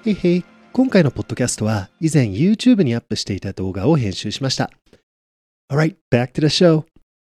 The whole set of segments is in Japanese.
へいへい。今回のポッドキャストは以前 YouTube にアップしていた動画を編集しました。Alright, back to the show.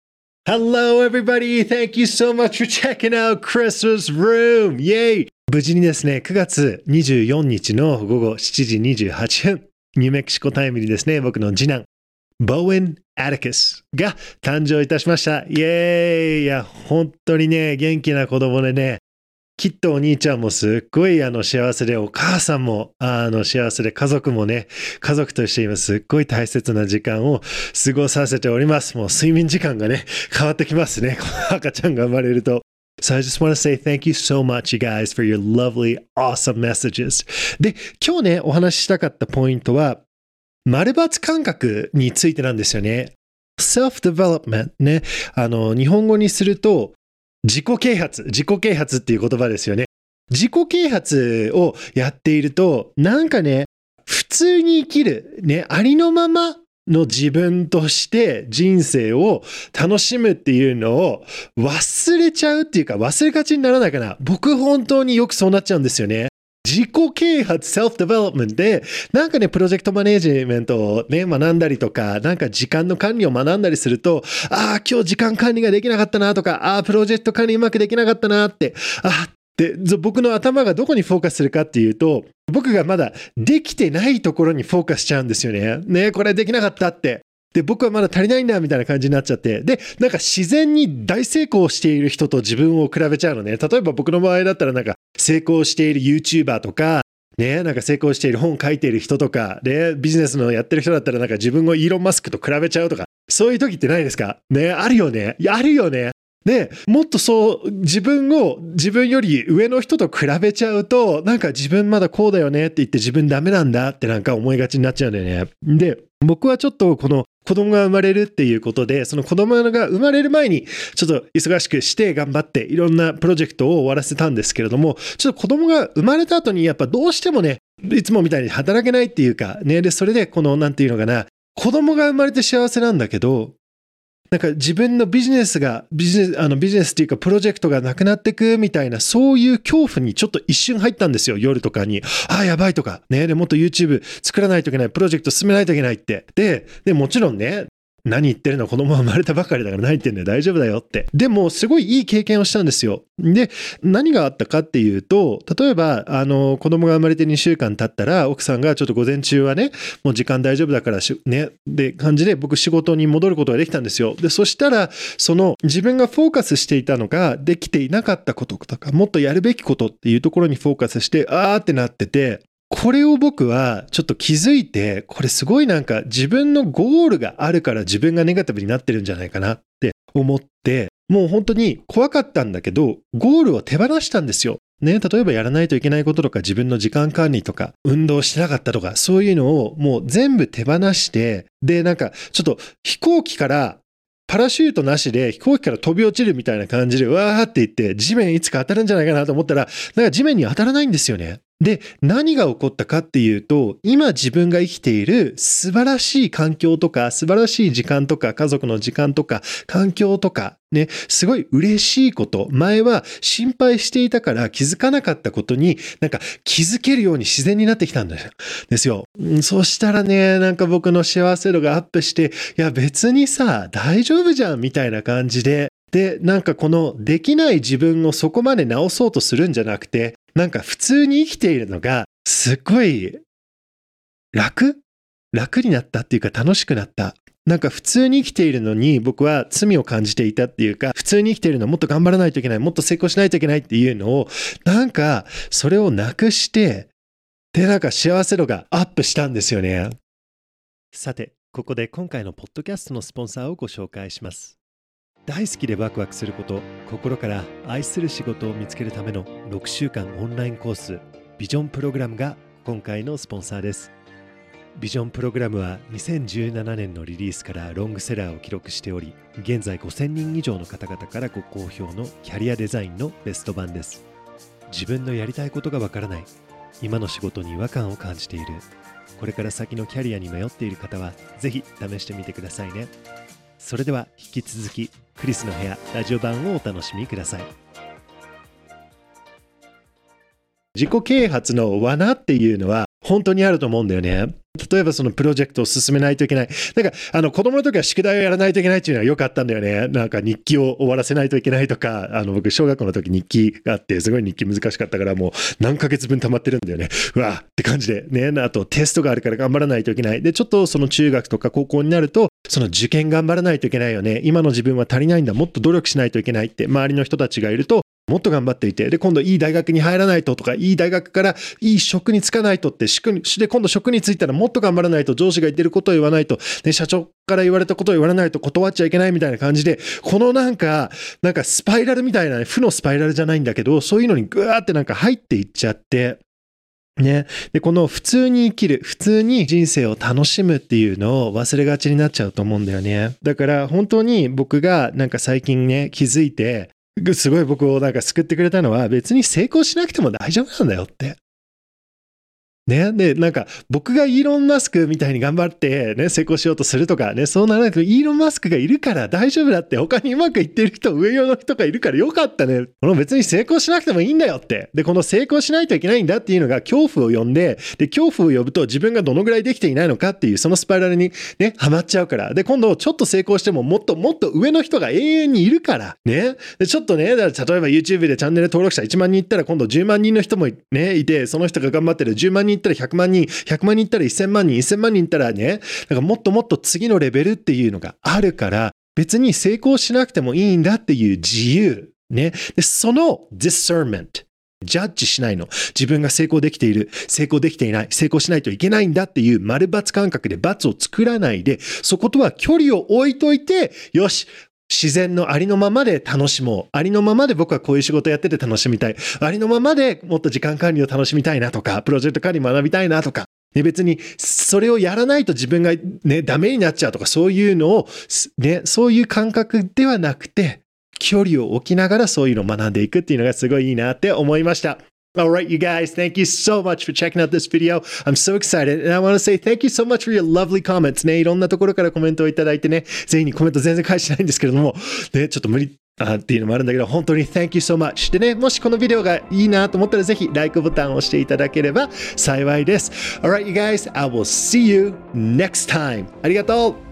Hello everybody! Thank you so much for checking out Chris's room! Yay! 無事にですね、9月24日の午後7時28分、ニューメキシコタイムにですね、僕の次男、ボーエン・アティカスが誕生いたしました。イエーイ！いや、本当にね、元気な子供でね、きっとお兄ちゃんもすっごい幸せで、お母さんも幸せで、家族もね、家族として今すっごい大切な時間を過ごさせております。もう睡眠時間がね、変わってきますね。赤ちゃんが生まれると。So I just want to say thank you so much, you guys, for your lovely, awesome messages. で、今日ね、お話ししたかったポイントは、丸抜感覚についてなんですよね。self-development ね。日本語にすると、自己啓発っていう言葉ですよね。自己啓発をやっていると、なんかね、普通に生きる、ね、ありのままの自分として人生を楽しむっていうのを忘れちゃうっていうか、忘れがちにならないかな。僕本当によくそうなっちゃうんですよね。自己啓発、セルフデベロップメントで、なんかね、プロジェクトマネジメントをね、学んだりとか、なんか時間の管理を学んだりすると、今日時間管理ができなかったなとか、プロジェクト管理うまくできなかったなって、僕の頭がどこにフォーカスするかっていうと、僕がまだできてないところにフォーカスしちゃうんですよね。ね、これできなかったって。で、僕はまだ足りないんだみたいな感じになっちゃって。で、なんか自然に大成功している人と自分を比べちゃうのね。例えば僕の場合だったらなんか成功している YouTuber とか、ね、なんか成功している本書いている人とか、で、ビジネスのやってる人だったらなんか自分をイーロン・マスクと比べちゃうとか、そういう時ってないですか？ね、あるよね。あるよね。で、もっとそう自分より上の人と比べちゃうと、なんか自分まだこうだよねって言って自分ダメなんだってなんか思いがちになっちゃうんだよね。で、僕はちょっとこの子供が生まれるっていうことで、その子供が生まれる前にちょっと忙しくして頑張っていろんなプロジェクトを終わらせたんですけれども、ちょっと子供が生まれた後にやっぱどうしてもね、いつもみたいに働けないっていうか、ね、で、それでこのなんていうのかな、子供が生まれて幸せなんだけど、なんか自分のビジネスっていうかプロジェクトがなくなってくみたいな、そういう恐怖にちょっと一瞬入ったんですよ。夜とかに。やばいとか。ね。で、もっと YouTube 作らないといけない。プロジェクト進めないといけないって。で、もちろんね、何言ってるの、子供は生まれたばかりだから何言ってんだよ、大丈夫だよって。でも、すごいいい経験をしたんですよ。で、何があったかっていうと、例えば、子供が生まれて2週間経ったら、奥さんがちょっと午前中はね、もう時間大丈夫だからね、で、感じで僕仕事に戻ることができたんですよ。で、そしたら、その自分がフォーカスしていたのができていなかったこととか、もっとやるべきことっていうところにフォーカスして、ってなってて、これを僕はちょっと気づいて、これすごいなんか自分のゴールがあるから自分がネガティブになってるんじゃないかなって思って、もう本当に怖かったんだけど、ゴールを手放したんですよ。ね、例えばやらないといけないこととか、自分の時間管理とか、運動してなかったとか、そういうのをもう全部手放して、で、なんかちょっと飛行機からパラシュートなしで飛行機から飛び落ちるみたいな感じでわーって言って地面いつか当たるんじゃないかなと思ったら、なんか地面に当たらないんですよね。で、何が起こったかっていうと、今自分が生きている素晴らしい環境とか、素晴らしい時間とか、家族の時間とか、環境とか、ね、すごい嬉しいこと、前は心配していたから気づかなかったことに、なんか気づけるように自然になってきたんですよ。そしたらね、なんか僕の幸せ度がアップして、いや別にさ、大丈夫じゃんみたいな感じで、で、なんかこのできない自分をそこまで直そうとするんじゃなくて、なんか普通に生きているのがすっごい楽になったっていうか楽しくなった。なんか普通に生きているのに僕は罪を感じていたっていうか、普通に生きているのはもっと頑張らないといけない、もっと成功しないといけないっていうのを、なんかそれをなくして、でなんか幸せ度がアップしたんですよね。さて、ここで今回のポッドキャストのスポンサーをご紹介します。大好きでワクワクすること、心から愛する仕事を見つけるための6週間オンラインコース、ビジョンプログラムが今回のスポンサーです。ビジョンプログラムは2017年のリリースからロングセラーを記録しており、現在5000人以上の方々からご好評のキャリアデザインのベスト版です。自分のやりたいことがわからない、今の仕事に違和感を感じている、これから先のキャリアに迷っている方はぜひ試してみてくださいね。それでは引き続きクリスの部屋ラジオ版をお楽しみください。 自己啓発の罠っていうのは本当にあると思うんだよね。例えばそのプロジェクトを進めないといけない。なんか子供の時は宿題をやらないといけないっていうのはよくあったんだよね。なんか日記を終わらせないといけないとか、僕小学校の時日記があって、すごい日記難しかったからもう何ヶ月分溜まってるんだよね。うわーって感じでね。あとテストがあるから頑張らないといけない。で、ちょっとその中学とか高校になると、その受験頑張らないといけないよね。今の自分は足りないんだ。もっと努力しないといけないって周りの人たちがいると、もっと頑張っていて、で、今度いい大学に入らないととか、いい大学からいい職に就かないとって、で、今度職に就いたらもっと頑張らないと、上司が言ってることを言わないと、ね、社長から言われたことを言わないと断っちゃいけないみたいな感じで、このなんかスパイラルみたいな、負のスパイラルじゃないんだけど、そういうのにぐーってなんか入っていっちゃって、ね。で、この普通に生きる、普通に人生を楽しむっていうのを忘れがちになっちゃうと思うんだよね。だから本当に僕がなんか最近ね、気づいて、すごい僕をなんか救ってくれたのは、別に成功しなくても大丈夫なんだよって。ね。で、なんか僕がイーロン・マスクみたいに頑張ってね、成功しようとするとかね、そうならないとイーロン・マスクがいるから大丈夫だって、他にうまくいってる人、上用の人がいるからよかったね。この別に成功しなくてもいいんだよって。で、この成功しないといけないんだっていうのが恐怖を呼んで、で、恐怖を呼ぶと自分がどのぐらいできていないのかっていう、そのスパイラルにね、ハマっちゃうから。で、今度ちょっと成功してももっともっと上の人が永遠にいるから。ね。で、ちょっとね、だから例えば YouTube でチャンネル登録者1万人いったら今度10万人の人もね、いて、その人が頑張ってる10万人いったら100万人、100万人いったら1000万人、1000万人いったらね、なんかもっともっと次のレベルっていうのがあるから、別に成功しなくてもいいんだっていう自由。ね。で、その discernment。ジャッジしないの。自分が成功できている、成功できていない、成功しないといけないんだっていう丸×感覚で×を作らないで、そことは距離を置いといて、よし、自然のありのままで楽しもう。ありのままで僕はこういう仕事やってて楽しみたい。ありのままでもっと時間管理を楽しみたいなとか、プロジェクト管理学びたいなとか。ね、別にそれをやらないと自分がね、ダメになっちゃうとか、そういうのを、ね、そういう感覚ではなくて、距離を置きながらそういうのを学んでいくっていうのがすごいいいなって思いました。Alright, you guys, thank you so much for checking out this video. I'm so excited, and I want to say thank you so much for your lovely comments. ね、いろんなところからコメントをいただいてね、全員にコメント全然返してないんですけれども、ね、ちょっと無理っていうのもあるんだけど、本当に thank you so much. でね、もしこのビデオがいいなと思ったらぜひ like ボタンを押していただければ幸いです。Alright, you guys, I will see you next time. ありがとう。